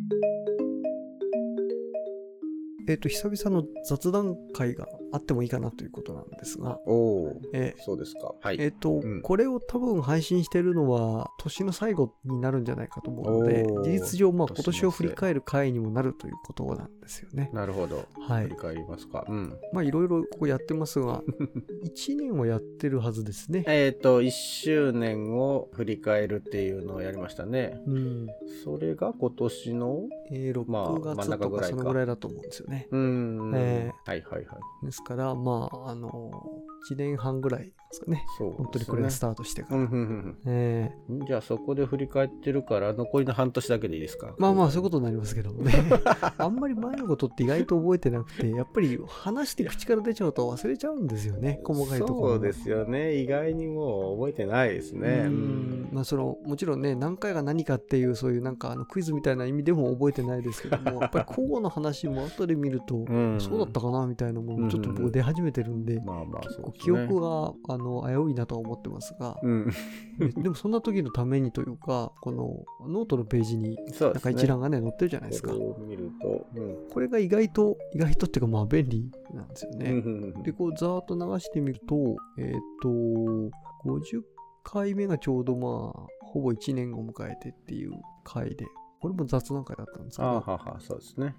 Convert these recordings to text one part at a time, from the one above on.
久々の雑談会があってもいいかなということなんですが。 そうですか。はい。 これを多分配信してるのは年の最後になるんじゃないかと思うので、事実上今年を振り返る回にもなるということなんですよね。 なるほど。 はい。 振り返りますか。 まあいろいろここやってますが、1年はやってるはずですね。 1周年を振り返るっていうのをやりましたね。それが今年の 6月とかそのぐらいだと思うんですよね。 はいはいはい。 ですから1年半ぐらいですかね。そうですね。本当にこれがスタートしてから。 じゃあそこで振り返ってるから残りの半年だけでいいですか。 まあそういうことになりますけどもね。あんまり前のことって意外と覚えてなくて、やっぱり話して口から出ちゃうと忘れちゃうんですよね。細かいところ。 そうですよね。意外にもう覚えてないですね。 まあもちろんね、何回が何かっていうそういうクイズみたいな意味でも覚えてないですけども、やっぱり交互の話も後で見ると、そうだったかなみたいなものちょっと僕出始めてるんで、結構記憶が危ういなとは思ってますが、でもそんな時のためにというか、このノートのページに一覧がね載ってるじゃないですか。 見ると、 これが意外とっていうかまあ便利なんですよね。でこうざーっと流してみると50回目がちょうどほぼ1年を迎えてっていう回で、これも雑談会だったんですけど、 そうですね。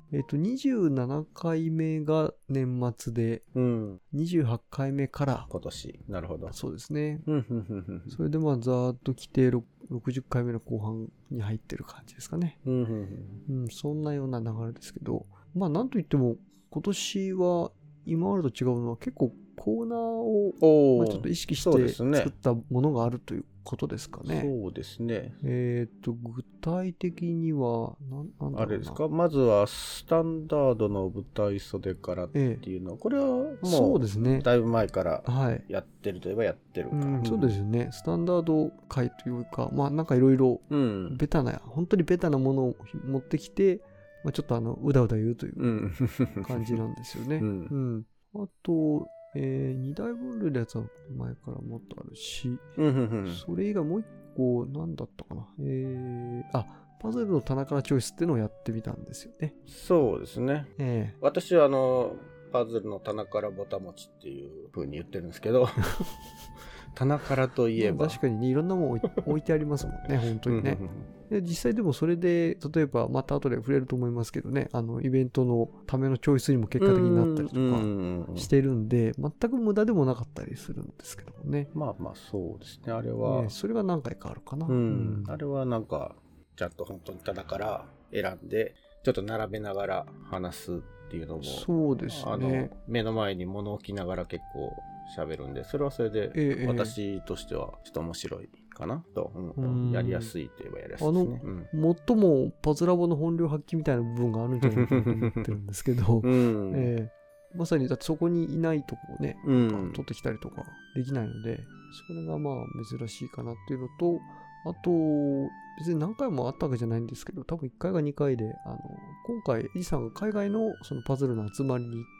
27回目が年末で、28回目から今年。なるほど。 そうですね。それでざーっと来て60回目の後半に入ってる感じですかね。そんなような流れですけど、なんといっても今年は今までと違うのは結構コーナーをちょっと意識して作ったものがあるということですかね。 そうですね。 具体的にはあれですか。まずはスタンダードの舞台袖からっていうのは、これはもうだいぶ前からやってるといえばやってるか。 そうですよね。スタンダード回というか、いろいろ本当にベタなものを持ってきて、ちょっとうだうだ言うという感じなんですよね。あと、2大分類のやつは前からもっとあるし、それ以外もう一個何だったかな。パズルの棚からチョイスっていうのをやってみたんですよね。 そうですね。私はパズルの棚からボタ持ちっていう風に言ってるんですけど棚からといえば確かにね、いろんなもの置いてありますもんね。本当にね。で実際でもそれで例えばまた後で触れると思いますけどね、イベントのためのチョイスにも結果的になったりとかしてるんで、全く無駄でもなかったりするんですけどもね。 そうですね。あれは、 それが何回かあるかな。 あれはちゃんと本当に棚から選んでちょっと並べながら話すっていうのも、 そうですね。 目の前に物置きながら結構喋るんで、それはそれで私としてはちょっと面白いかなと、やりやすいといえばやりやすいですね。 最もパズラボの本領発揮みたいな部分があるんじゃないかなと思ってるんですけど、まさにだってそこにいないとこをね、取ってきたりとかできないので、それが珍しいかなっていうのと、あと別に何回もあったわけじゃないんですけど、多分1回か2回で今回イさんが海外のそのパズルの集まりに行って、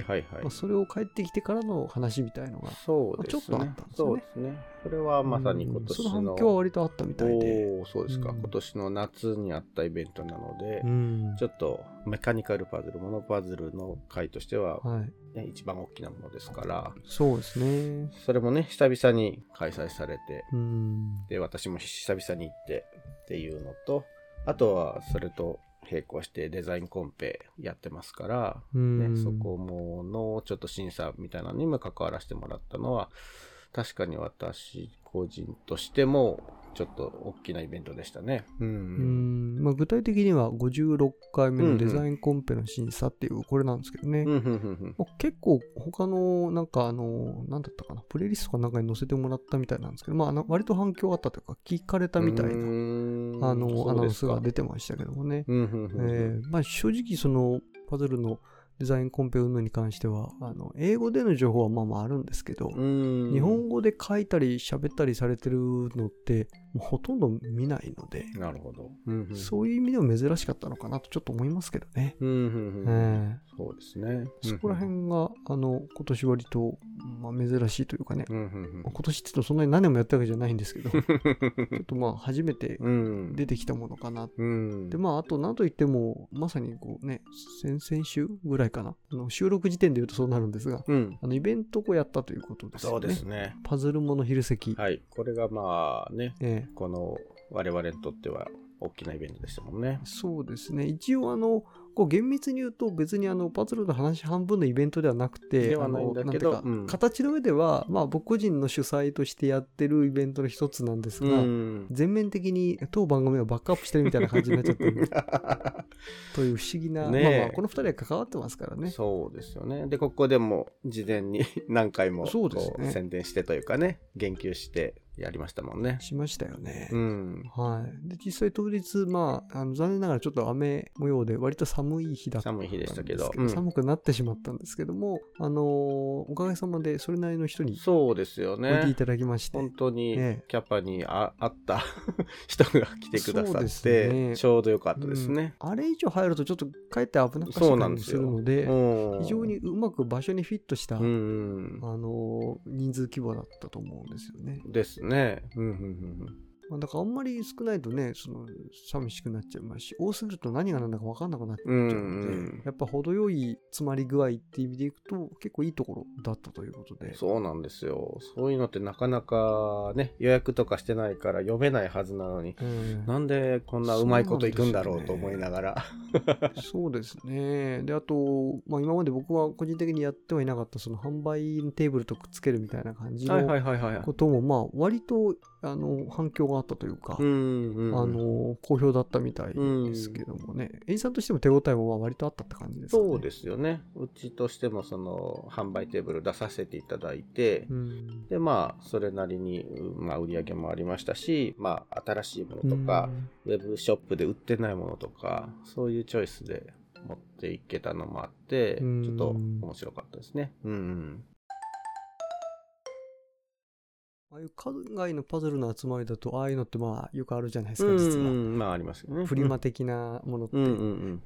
それを帰ってきてからの話みたいのがちょっとあったんですよね。 そうですね。それはまさに今年のその反響は割とあったみたいで。 そうですか。今年の夏にあったイベントなので、ちょっとメカニカルパズル、モノパズルの回としては、一番大きなものですから。 そうですね。 それもね、久々に開催されて、で私も久々に行ってっていうのと、あとはそれと並行してデザインコンペやってますから、そこものちょっと審査みたいなのにも関わらせてもらったのは、確かに私個人としてもちょっと大きなイベントでしたね。 具体的には56回目のデザインコンペの審査っていうこれなんですけどね。結構他のなんだったかな、プレイリストかなんかに載せてもらったみたいなんですけど、割と反響あったというか聞かれたみたいなアナウンスが出てましたけどもね。正直そのパズルのデザインコンペ云々に関しては英語での情報はあるんですけど、日本語で書いたり喋ったりされてるのってもうほとんど見ないので、 なるほど。 そういう意味でも珍しかったのかなとちょっと思いますけどね。 そうですね。 そこら辺が、今年割と、珍しいというかね、今年って言うとそんなに何年もやったわけじゃないんですけど、ちょっと初めて出てきたものかな。で、あと何と言っても、まさにこうね、先々週ぐらいかな。収録時点で言うとそうなるんですが、イベントをやったということですね。 そうですね。 パズルモノ昼席。 はい。これがこの我々にとっては大きなイベントでしたもんね。 そうですね。一応厳密に言うと別にパズルの話半分のイベントではなくて、 ではないんだけど、 形の上では、僕個人の主催としてやってるイベントの一つなんですが、全面的に当番組をバックアップしてるみたいな感じになっちゃってるという不思議な、この二人は関わってますからね。 そうですよね。で、ここでも事前に何回も宣伝してというかね、言及してやりましたもんね。 しましたよね。はい。で、実際当日、残念ながらちょっと雨模様で割と寒い日だったんですけど、 寒い日でしたけど、 寒くなってしまったんですけども、おかげさまでそれなりの人にそうですよね。 おいていただきまして、 本当にキャパに合った人が来てくださって、ちょうどよかったですね。 あれ以上入るとちょっとかえって危なっかしい感じするので、非常にうまく場所にフィットした、人数規模だったと思うんですよね。 ですね。 だからあんまり少ないとね、寂しくなっちゃいますし、多すぎると何が何だか分かんなくなっちゃうので、やっぱ程よい詰まり具合っていう意味でいくと、結構いいところだったということで。 そうなんですよ。そういうのってなかなかね、予約とかしてないから読めないはずなのに、なんでこんなうまいこといくんだろうと思いながら。 そうですね。で、あと、今まで僕は個人的にやってはいなかった、その販売テーブルとくっつけるみたいな感じのことも、割と、反響があったというか、好評だったみたいですけどもね、エイさんとしても手応えも割とあったって感じですかね。 そうですよね。うちとしてもその販売テーブル出させていただいて、でそれなりに売り上げもありましたし、新しいものとか、ウェブショップで売ってないものとか、そういうチョイスで持っていけたのもあって、ちょっと面白かったですね。 ああいう海外のパズルの集まりだと、ああいうのってよくあるじゃないですか、実は。 ありますよね。 フリマ的なものって。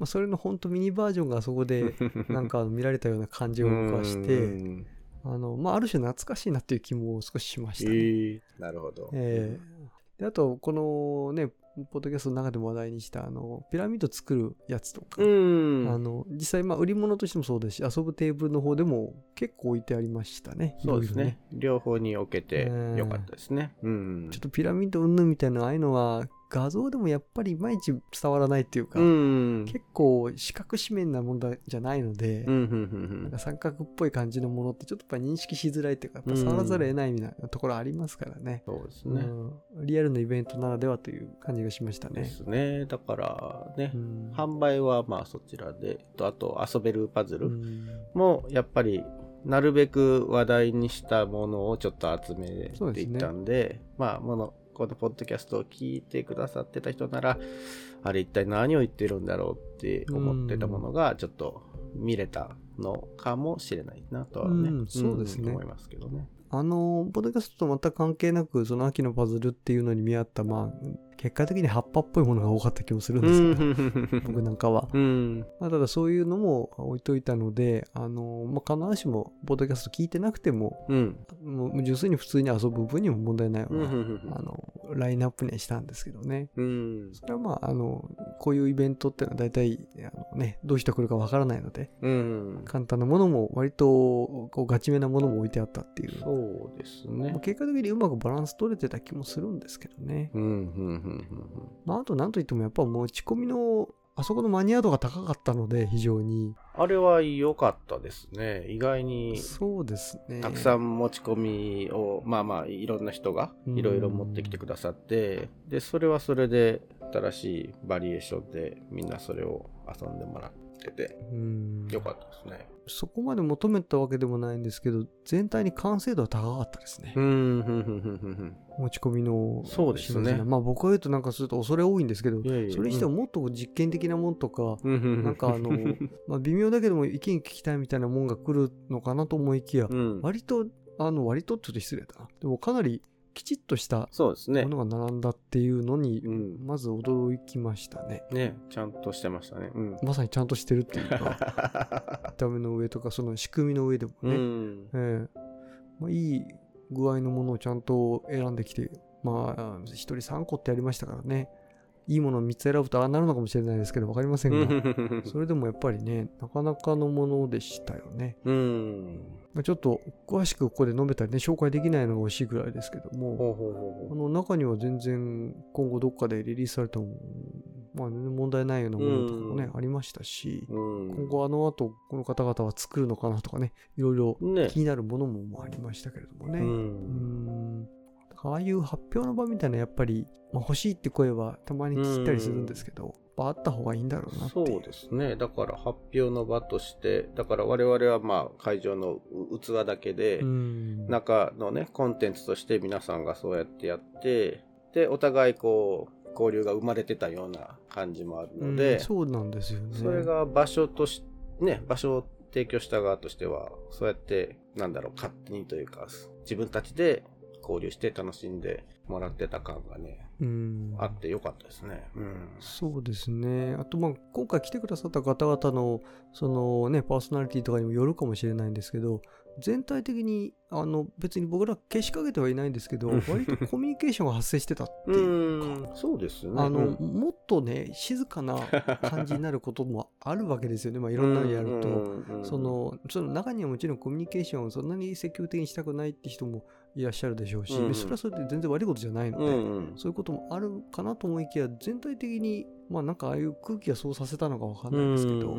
それの本当ミニバージョンがそこでなんか見られたような感じを僕はして、ある種懐かしいなっていう気も少ししましたね。 なるほど。 で、あと、このね、ポッドキャストの中でも話題にしたピラミッド作るやつとか、実際売り物としてもそうですし、遊ぶテーブルの方でも結構置いてありましたね。 そうですね。両方に置けてよかったですね。ちょっとピラミッド云々みたいなああいうのは画像でもやっぱりいまいち伝わらないっていうか、結構四角四面な問題じゃないので、なんか三角っぽい感じのものってちょっとやっぱ認識しづらいっていうか、やっぱ触らざるを得ないみたいなところありますからね。 そうですね。 リアルなイベントならではという感じがしましたね。 ですね。だからね、販売はそちらで、あと遊べるパズルもやっぱりなるべく話題にしたものをちょっと集めていったんで、このポッドキャストを聞いてくださってた人なら、あれ一体何を言ってるんだろうって思ってたものがちょっと見れたのかもしれないなとはね、 そうですね、 思いますけどね。 ポッドキャストと全く関係なく、その秋のパズルっていうのに見合った、結果的に葉っぱっぽいものが多かった気もするんですけど、僕なんかは。ただそういうのも置いといたので、必ずしも、ポッドキャスト聞いてなくても、もう純粋に普通に遊ぶ分にも問題ないような、ラインナップにしたんですけどね。それはこういうイベントっていうのは大体、どうしてくるかわからないので、簡単なものも割とガチめなものも置いてあったっていう。 そうですね。 結果的にうまくバランス取れてた気もするんですけどね。あと何といってもやっぱ持ち込みのあそこのマニア度が高かったので非常にあれは良かったですね。意外にそうですね。 たくさん持ち込みをいろんな人がいろいろ持ってきてくださって、でそれはそれで新しいバリエーションでみんなそれを遊んでもらってて良かったですね。 そこまで求めたわけでもないんですけど、全体に完成度は高かったですね。持ち込みの。 そうですね。 僕が言うとなんかすると恐れ多いんですけど、それにしてももっと実験的なもんとか、なんか微妙だけども意見聞きたいみたいなもんが来るのかなと思いきや、割とって言うと失礼だな。でもかなりきちっとしたそうですね。 ものが並んだっていうのに、まず驚きましたね。 ね、ちゃんとしてましたね。 まさにちゃんとしてるっていうか、見た目の上とか、その仕組みの上でもね、いい具合のものをちゃんと選んできて、1人3個ってやりましたからね。いいものを3つ選ぶとああなるのかもしれないですけど、わかりませんが、それでもやっぱりね、なかなかのものでしたよね。ちょっと詳しくここで述べたりね、紹介できないのが惜しいぐらいですけども、中には全然今後どっかでリリースされても、全然問題ないようなものとかもね、ありましたし、今後後この方々は作るのかなとかね、いろいろ気になるものもありましたけれどもね。ああいう発表の場みたいなやっぱり、欲しいって声はたまに聞いたりするんですけど、あった方がいいんだろうなって。 そうですね。だから発表の場として、だから我々は会場の器だけで、中のね、コンテンツとして皆さんがそうやってやって、で、お互い交流が生まれてたような感じもあるので、 そうなんですよね。 それが場所として、場所を提供した側としては、そうやって、勝手にというか、自分たちで交流して楽しんでもらってた感がね、あってよかったですね。 そうですね。あと今回来てくださった方々のそのねパーソナリティとかにもよるかもしれないんですけど、全体的に別に僕らけしかけてはいないんですけど、割とコミュニケーションが発生してたっていうか、 そうですね。 もっとね静かな感じになることもあるわけですよね。いろんなのやると、その中にはもちろんコミュニケーションをそんなに積極的にしたくないって人もいらっしゃるでしょうし、それはそれで全然悪いことじゃないので、そういうこともあるかなと思いきや、全体的にああいう空気がそうさせたのかわかんないですけど、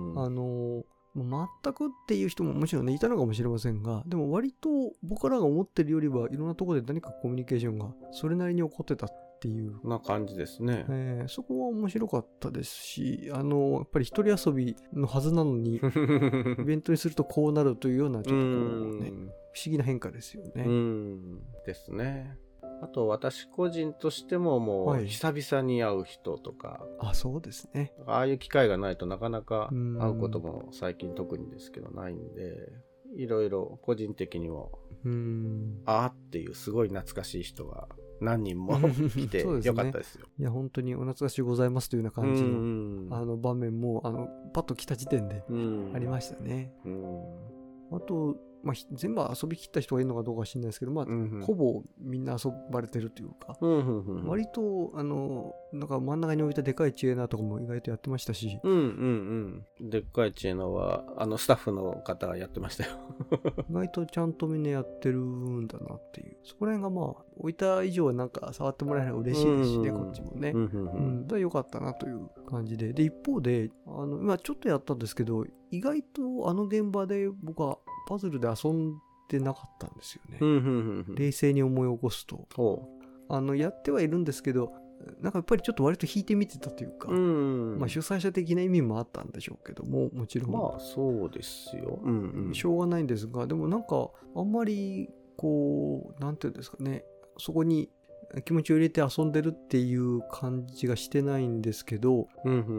全くっていう人ももちろんねいたのかもしれませんが、でも割と僕らが思ってるよりはいろんなところで何かコミュニケーションがそれなりに起こってたっていうな感じですね。 そこは面白かったですし、やっぱり一人遊びのはずなのにイベントにするとこうなるというようなちょっとこうね不思議な変化ですよね。 ですね。あと私個人としてももう久々に会う人とか、 そうですね。 ああいう機会がないとなかなか会うことも最近特にですけどないんで、いろいろ個人的にもっていうすごい懐かしい人が何人も来てよかったですよ。 いや本当にお懐かしゅうございますというような感じの場面もパッと来た時点でありましたね。あと全部遊びきった人がいるのかどうか知らないですけど、ほぼみんな遊ばれてるというか、割と真ん中に置いたでかいチエナとかも意外とやってましたし、 でっかいチエナはスタッフの方がやってましたよ。 意外とちゃんとみんなやってるんだなっていう、そこら辺が置いた以上は触ってもらえれば嬉しいですしね、こっちもね。だからよかったなという感じで、一方で今ちょっとやったんですけど、意外と現場で僕はパズルで遊んでなかったんですよね。冷静に思い起こすと。やってはいるんですけど、やっぱりちょっと割と引いてみてたというか、主催者的な意味もあったんでしょうけども、もちろん。 そうですよ。 しょうがないんですが、でもあんまりなんていうんですかね、そこに気持ちを入れて遊んでるっていう感じがしてないんですけど、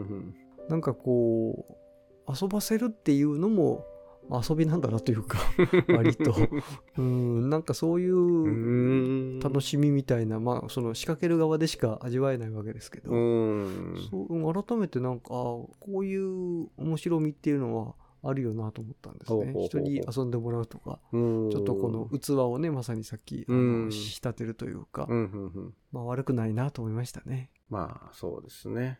遊ばせるっていうのも遊びなんだなというか割とそういう楽しみみたいな、その仕掛ける側でしか味わえないわけですけど、改めてこういう面白みっていうのはあるよなと思ったんですね。人に遊んでもらうとか、ちょっとこの器をねまさにさっき仕立てるというか、悪くないなと思いましたね。 そうですね。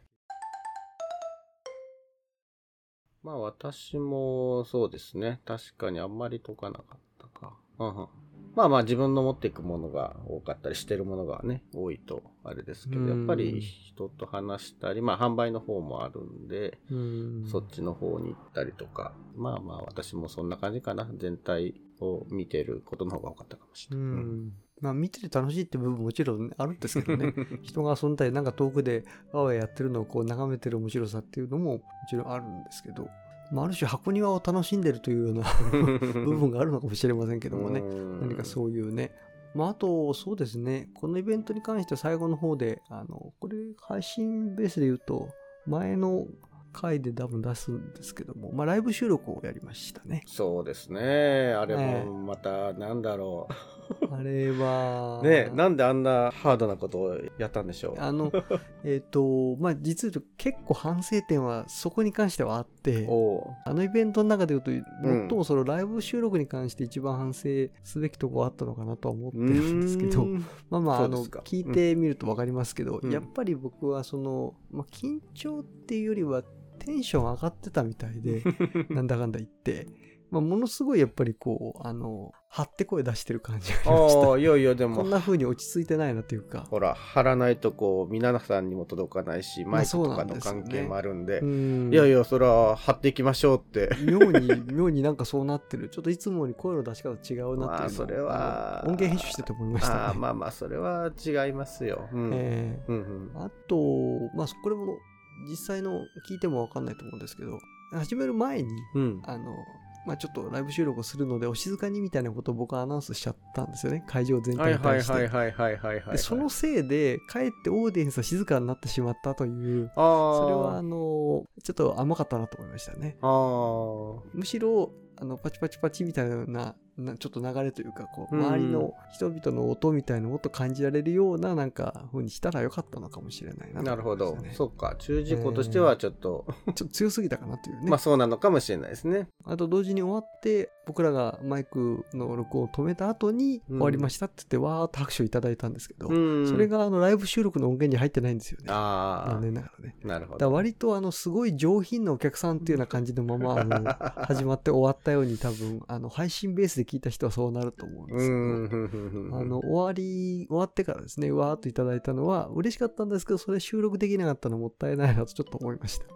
私もそうですね。確かにあんまり解かなかったか。自分の持っていくものが多かったりしてるものがね、多いとあれですけど、やっぱり人と話したり、販売の方もあるんで、そっちの方に行ったりとか、私もそんな感じかな。全体を見てることの方が多かったかもしれない。 見てて楽しいって部分もちろんあるんですけどね。人が遊んだり遠くでわわやってるのを眺めてる面白さっていうのももちろんあるんですけど、ある種箱庭を楽しんでるというような部分があるのかもしれませんけどもね。何かそういうね。あとそうですね、このイベントに関しては最後の方でこれ配信ベースで言うと前の回で多分出すんですけども、ライブ収録をやりましたね。 そうですね。あれもまたなんだろうあれはね、なんであんなハードなことをやったんでしょう。 まあ実は言うと結構反省点はそこに関してはあって、あのイベントの中で言うと最もそのライブ収録に関して一番反省すべきとこあったのかなとは思ってるんですけど、まあ聞いてみると分かりますけど、やっぱり僕はその、緊張っていうよりはテンション上がってたみたいでなんだかんだ言ってものすごいやっぱりこう張って声出してる感じがありました。 いやいやでもこんな風に落ち着いてないなというか、 ほら張らないとこう皆さんにも届かないし、マイクとかの関係もあるんで、いやいやそれは張っていきましょうって妙になんかそうなってる。ちょっといつもに声の出し方違うなっていうのそれは音源編集してて思いましたね。 まあそれは違いますよ。 あとこれも実際の聞いても分かんないと思うんですけど、始める前に、ちょっとライブ収録をするのでお静かにみたいなことを僕はアナウンスしちゃったんですよね、会場全体に対して。でそのせいでかえってオーディエンスは静かになってしまったという、それはちょっと甘かったなと思いましたね。むしろパチパチパチみたいなちょっと流れというかこう周りの人々の音みたいなのをもっと感じられるようななんか風にしたらよかったのかもしれないな、 なるほど。そっか、注意事項としてはちょっと強すぎたかなというね。 そうなのかもしれないですね。 あと同時に終わって僕らがマイクの録音を止めた後に終わりましたって言ってわーっと拍手をいただいたんですけど、それがライブ収録の音源に入ってないんですよね。残念ながらね。 なるほど。 だから割とすごい上品なお客さんっていうような感じのまま始まって終わったように多分配信ベースで聞いた人はそうなると思うんですけど、終わってからですねわーっといただいたのは嬉しかったんですけど、それ収録できなかったのもったいないなとちょっと思いました。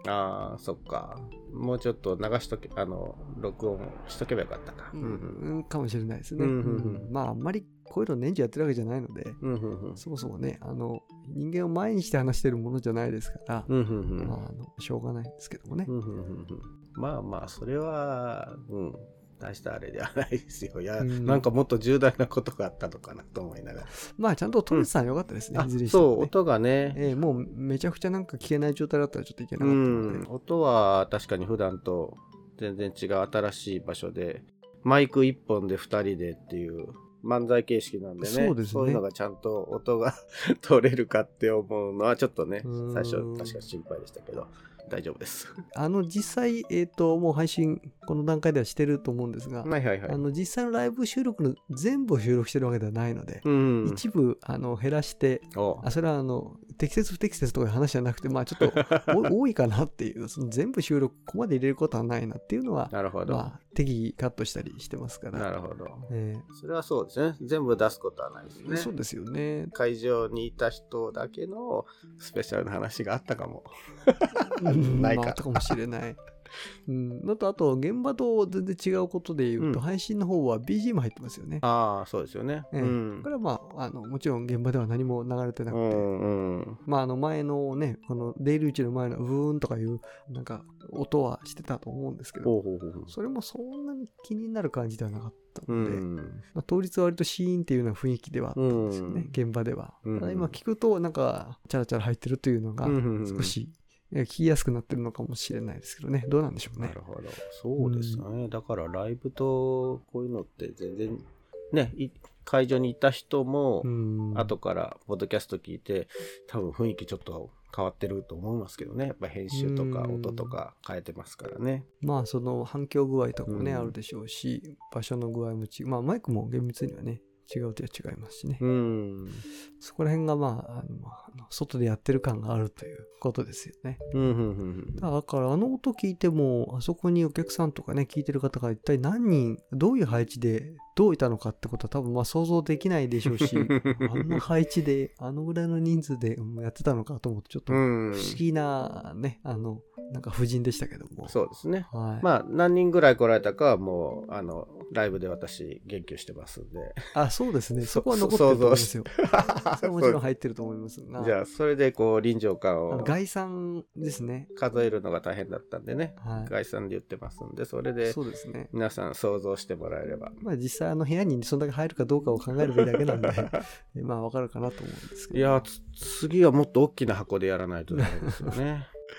そっか、もうちょっと流しとけ録音しとけばよかったか、 かもしれないですね。あんまりこういうの年中やってるわけじゃないので、そもそもね人間を前にして話してるものじゃないですから、しょうがないんですけどもね。 それは大したあれではないですよ。なんかもっと重大なことがあったのかなと思いながら。 ちゃんとトミさん良かったですね。いずれにしてもね。そう、音がね。 もうめちゃくちゃなんか聞けない状態だったらちょっといけなかったので。 音は確かに普段と全然違う新しい場所で、マイク1本で2人でっていう漫才形式なんでね。 そうですね。 そういうのがちゃんと音が取れるかって思うのはちょっとね、最初確か心配でしたけど。大丈夫です。 実際、もう配信この段階ではしてると思うんですが、実際のライブ収録の全部を収録してるわけではないので、一部減らして、それは適切不適切とかいう話じゃなくて、ちょっと多いかなっていう、その全部収録ここまで入れることはないなっていうのは、 なるほど。 適宜カットしたりしてますから。 なるほど。それはそうですね。全部出すことはないですね。 そうですよね。 会場にいた人だけのスペシャルな話があったかも。 ないか。あったかもしれない。あと現場と全然違うことで言うと、配信の方は BGM 入ってますよね。 そうですよね。これはもちろん現場では何も流れてなくて、前のねこの出入り口の前のブーンとかいうなんか音はしてたと思うんですけど、それもそんなに気になる感じではなかったので、当日は割とシーンっていうような雰囲気ではあったんですよね、現場では。ただ今聞くとなんかチャラチャラ入ってるというのが少し聞きやすくなってるのかもしれないですけどね。どうなんでしょうね。 なるほど。そうですね。だからライブとこういうのって全然ね、会場にいた人も後からポッドキャスト聞いて多分雰囲気ちょっと変わってると思いますけどね。やっぱ編集とか音とか変えてますからね。 その反響具合とかもね、あるでしょうし、場所の具合もマイクも厳密にはね違うとは違いますしね。そこら辺が外でやってる感があるということですよね。だから音聞いてもあそこにお客さんとかね聞いてる方が一体何人どういう配置でどういたのかってことは多分想像できないでしょうしあんな配置でぐらいの人数でやってたのかと思ってちょっと不思議なねなんか夫人でしたけども。 そうですね。何人ぐらい来られたかはもうライブで私言及してますんで。 そうですね。そこは残ってると思いますよ。それはもちろん入ってると思いますが。 じゃあそれで臨場感を概算ですね。 数えるのが大変だったんでね。概算で言ってますんで、それで皆さん想像してもらえれば。 実際部屋にそんだけ入るかどうかを考えればいいだけなんでわかるかなと思うんですけど。 いや次はもっと大きな箱でやらないとダメですよね。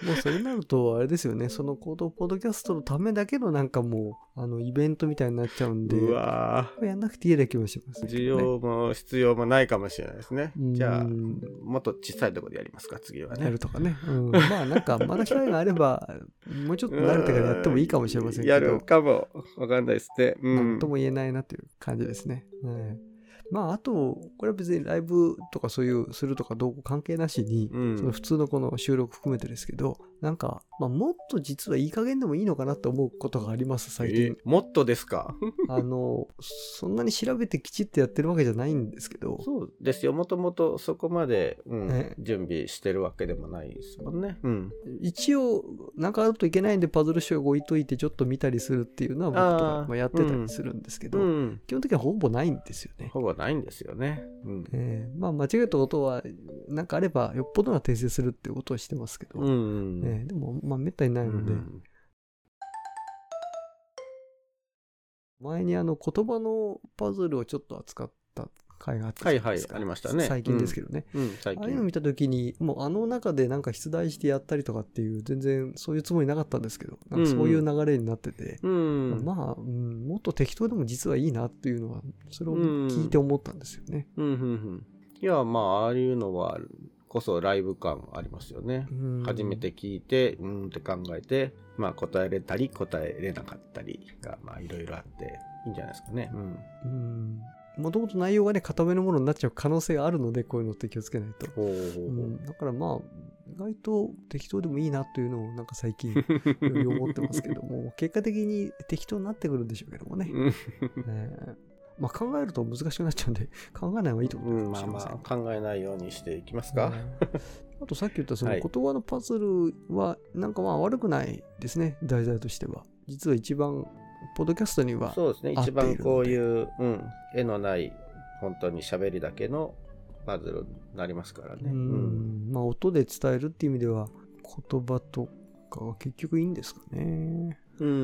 もうそれになるとあれですよね、そのポッドキャストのためだけのなんかもうイベントみたいになっちゃうんで、 うわやんなくていいような気もします、ね、 需要も必要もないかもしれないですね。じゃあもっと小さいところでやりますか、次はね。 やるとかね、まあなんかまだ機会があればもうちょっと慣れてからやってもいいかもしれませんけど、 やるかもわかんないですね。 なんとも言えないなという感じですね。まああとこれは別にライブとかそういうするとかどうこう関係なしに、その普通のこの収録含めてですけど、なんか、まあ、もっと実はいい加減でもいいのかなと思うことがあります最近。 もっとですか？ そんなに調べてきちっとやってるわけじゃないんですけど。 そうですよ、もともとそこまで、準備してるわけでもないですもんね。 一応なんかあるといけないんでパズル集を置いといてちょっと見たりするっていうのは僕とかやってたりするんですけど、基本的にはほぼないんですよね。 ほぼないんですよね。 まあ間違えたことはなんかあればよっぽどな訂正するっていうことをしてますけど、でもまあめったにないので、前に言葉のパズルをちょっと扱った回があったじゃないですか。 ありましたね。 最近ですけどね。 最近。 ああいうの見たときに、もう中でなんか出題してやったりとかっていう、全然そういうつもりなかったんですけど、なんかそういう流れになってて、まあ、もっと適当でも実はいいなっていうのは、それを聞いて思ったんですよね。 いや、まあ、ああいうのはこそライブ感ありますよね。初めて聞いて、って考えて、まあ答えれたり答えれなかったりが、まあいろいろあっていいんじゃないですかね。 もともと内容がね、固めのものになっちゃう可能性があるので、こういうのって気をつけないと。だからまあ、意外と適当でもいいなというのをなんか最近より思ってますけども、結果的に適当になってくるんでしょうけどもね。まあ考えると難しくなっちゃうんで、考えない方がいいと思います。 まあ考えないようにしていきますか。 あとさっき言ったその言葉のパズルはなんかまあ悪くないですね、題材としては。実は一番ポッドキャストにはそうですね、一番こういう、絵のない本当に喋りだけのパズルになりますからね。 まあ音で伝えるっていう意味では言葉とかは結局いいんですかね。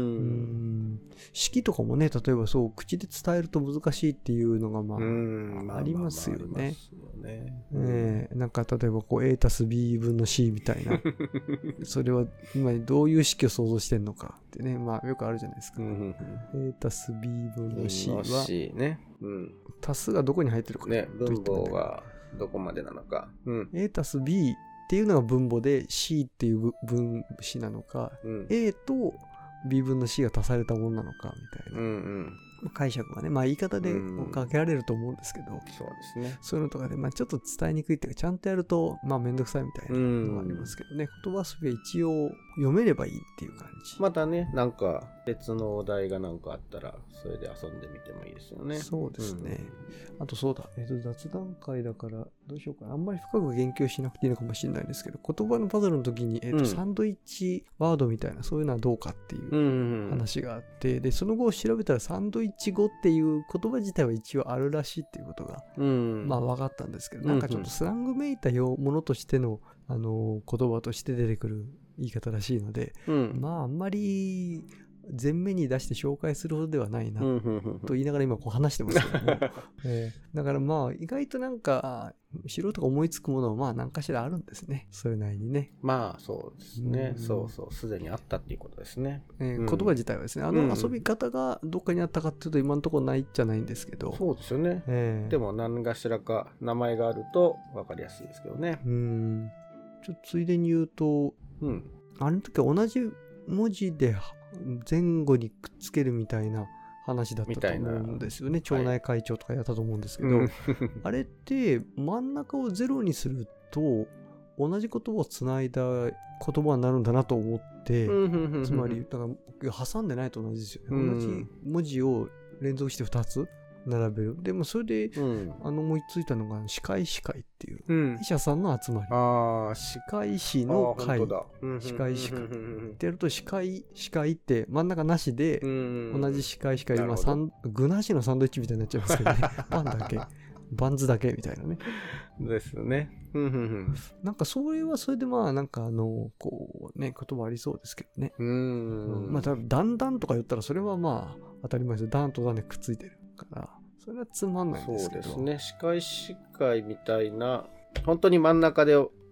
式とかもね、例えばそう口で伝えると難しいっていうのがまあありますよね。なんか例えばこう A たす B 分の C みたいなそれは今どういう式を想像してんのかってね、まあよくあるじゃないですか。A たす B 分の C は足すがどこに入ってるかね、分母がどこまでなのか。 A たす B っていうのが分母で C っていう分子なのか、A とB 分の C が足されたものなのかみたいな、解釈がね、まあ言い方でかけられると思うんですけど、 そうですね。 そういうのとかで、まあちょっと伝えにくいっていうか、ちゃんとやるとまあめんどくさいみたいなのがありますけどね、言葉遊びは一応読めればいいっていう感じ。 またね、なんか別のお題がなんかあったらそれで遊んでみてもいいですよね。 そうですね。あとそうだ、雑談会だからどうしようかな、あんまり深く言及しなくていいのかもしれないですけど、言葉のパズルの時に、サンドイッチワードみたいなそういうのはどうかっていう話があって、でその後調べたらサンドイッチ語っていう言葉自体は一応あるらしいっていうことが、まあ分かったんですけど、なんかちょっとスラングめいたものとしての、言葉として出てくる言い方らしいので、まああんまり前面に出して紹介するほどではないなと言いながら今こう話してますけども、だからまあ意外となんか素人が思いつくものはまあ何かしらあるんですね、それなりにね。 まあそうですね、そうすでにあったっていうことですね。 言葉自体はですね、遊び方がどっかにあったかっていうと今のところないじゃないんですけど、 そうですよね。でも何かしらか名前があると分かりやすいですけどね。 ちょっとついでに言うと、あの時は同じ文字で前後にくっつけるみたいな話だったと思うんですよね。町内会長とかやったと思うんですけど、あれって真ん中をゼロにすると同じ言葉をつないだ言葉になるんだなと思って、つまりだから挟んでないと同じですよね。同じ文字を連続して2つ並べる。でもそれで、思いついたのが歯科医師会っていう医者さんの集まり。歯科医師の会、歯科医師会ってやると、歯科医って真ん中なしで、同じ歯科医師会、具なしのサンドイッチみたいになっちゃいますけどね。パンだけ、バンズだけみたいなね。 ですね。 なんかそれはそれでまあなんかこうね、言葉ありそうですけどね。まあだんだんとか言ったらそれはまあ当たり前ですよ。段と段でくっついてるからそれはつまんないんですけど。 そうですね。歯科医師会みたいな本当に真ん中で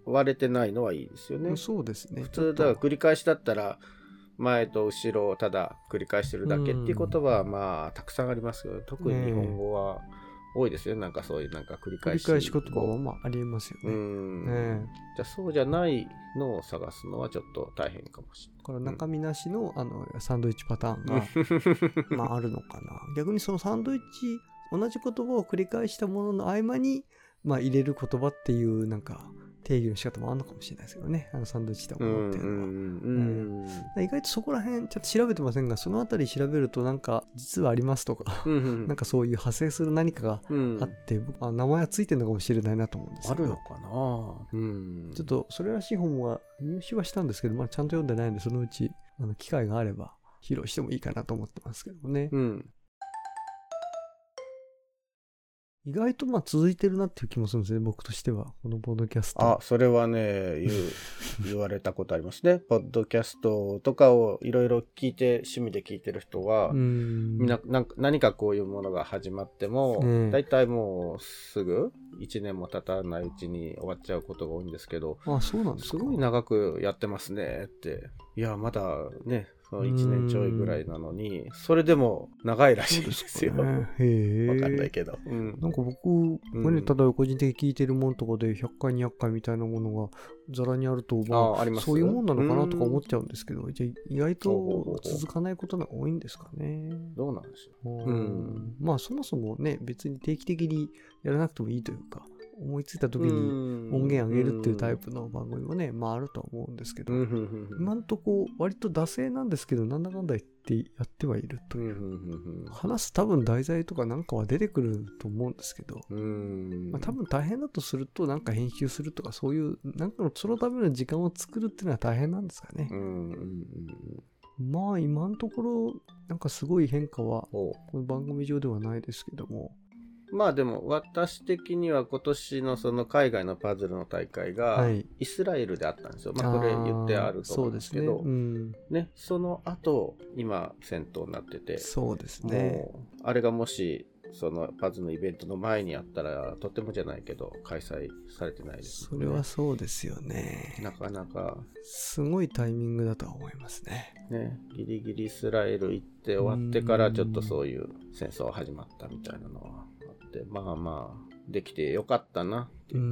割れてないのはいいですよね。 そうですね。 普通だから繰り返しだったら前と後ろをただ繰り返してるだけっていうことはまあたくさんありますけど、特に日本語は多いですよ。なんかそういうなんか繰り返し言葉はまあありえますよね。 じゃあそうじゃないのを探すのはちょっと大変かもしれない。 これ中身なしの、サンドイッチパターンがまああるのかな。逆にそのサンドイッチ同じ言葉を繰り返したものの合間にまあ入れる言葉っていうなんか定義の仕方もあるのかもしれないですけどね、サンドイッチしたものっていうのは。意外とそこら辺ちょっと調べてませんが、そのあたり調べるとなんか実はありますとか、なんかそういう派生する何かがあって、名前はついてるのかもしれないなと思うんですけど。 あるのかな。 ちょっとそれらしい本は入手はしたんですけど、まあちゃんと読んでないんで、そのうち機会があれば披露してもいいかなと思ってますけどね。意外とまあ続いてるなっていう気もするんですね、僕としては、このポッドキャスト。 それはね、言われたことありますね。ポッドキャストとかをいろいろ聞いて、趣味で聞いてる人は、みんな何かこういうものが始まっても、だいたいもうすぐ1年も経たないうちに終わっちゃうことが多いんですけど、 そうなんですか。 すごい長くやってますねって。いや、まだね、その1年ちょいぐらいなのに、それでも長いらしいですよ。わかんないけど。 なんか僕がね、ただ個人的に聞いてるもんとかで100回200回みたいなものがざらにあると、まあそういうもんなのかなとか思っちゃうんですけど、じゃあ意外と続かないことが多いんですかね。 どうなんでしょう。 まあそもそもね、別に定期的にやらなくてもいいというか、思いついた時に音源上げるっていうタイプの番組もね、まああるとは思うんですけど、今んとこ割と惰性なんですけど、なんだかんだ言ってやってはいるという。話す多分題材とかなんかは出てくると思うんですけど、まあ、多分大変だとするとなんか編集するとかそういうなんかのそのための時間を作るっていうのは大変なんですかね。まあ今のところなんかすごい変化はこの番組上ではないですけども、 まあでも私的には今年のその海外のパズルの大会がイスラエルであったんですよ。まあこれ言ってあると思うんですけど、ね、その後今戦闘になってて、 そうですね。 もうあれがもしそのパズルのイベントの前にあったらとてもじゃないけど開催されてないですね。 それはそうですよね。 なかなかすごいタイミングだとは思いますね。 ギリギリイスラエル行って終わってからちょっとそういう戦争始まったみたいなのはあって、まあまあできてよかったなっていう。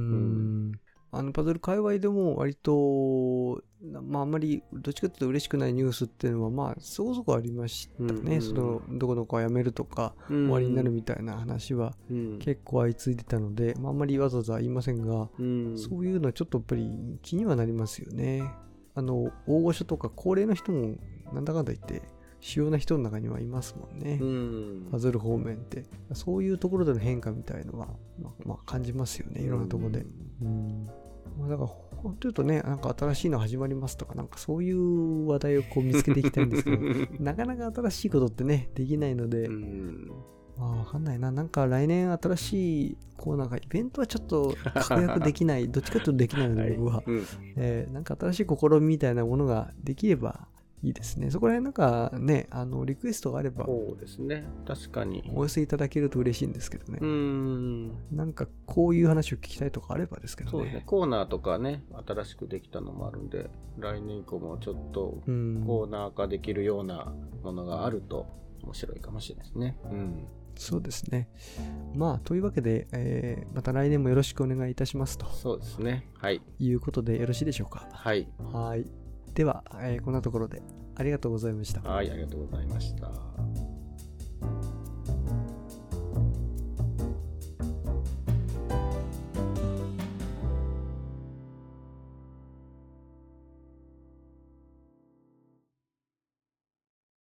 パズル界隈でも割と、まああんまりどっちかというと嬉しくないニュースっていうのはまあそこそこありましたね。そのどこどこを辞めるとか終わりになるみたいな話は結構相次いでたので、まああんまりわざわざ言いませんが、そういうのはちょっとやっぱり気にはなりますよね。大御所とか高齢の人もなんだかんだ言って主要な人の中にはいますもんね。パズル方面ってそういうところでの変化みたいのは、まあ感じますよね、いろんなところで。だから本当言うとね、なんか新しいの始まりますとか、なんかそういう話題をこう見つけていきたいんですけどなかなか新しいことってねできないので、まあわかんないな。なんか来年新しいこうなんかイベントはちょっと確約できないどっちかというとできないので僕は、なんか新しい試みみたいなものができればいいですね。そこら辺なんかね、リクエストがあれば、 そうですね、確かにお寄せいただけると嬉しいんですけどね。なんかこういう話を聞きたいとかあればですけどね。 そうですね、コーナーとかね、新しくできたのもあるんで、来年以降もちょっとコーナー化できるようなものがあると面白いかもしれないですね。 そうですね。まあというわけで、また来年もよろしくお願いいたしますと。 そうですね。はい。 いうことでよろしいでしょうか。 はい。 では、こんなところでありがとうございました。 はい、ありがとうございました。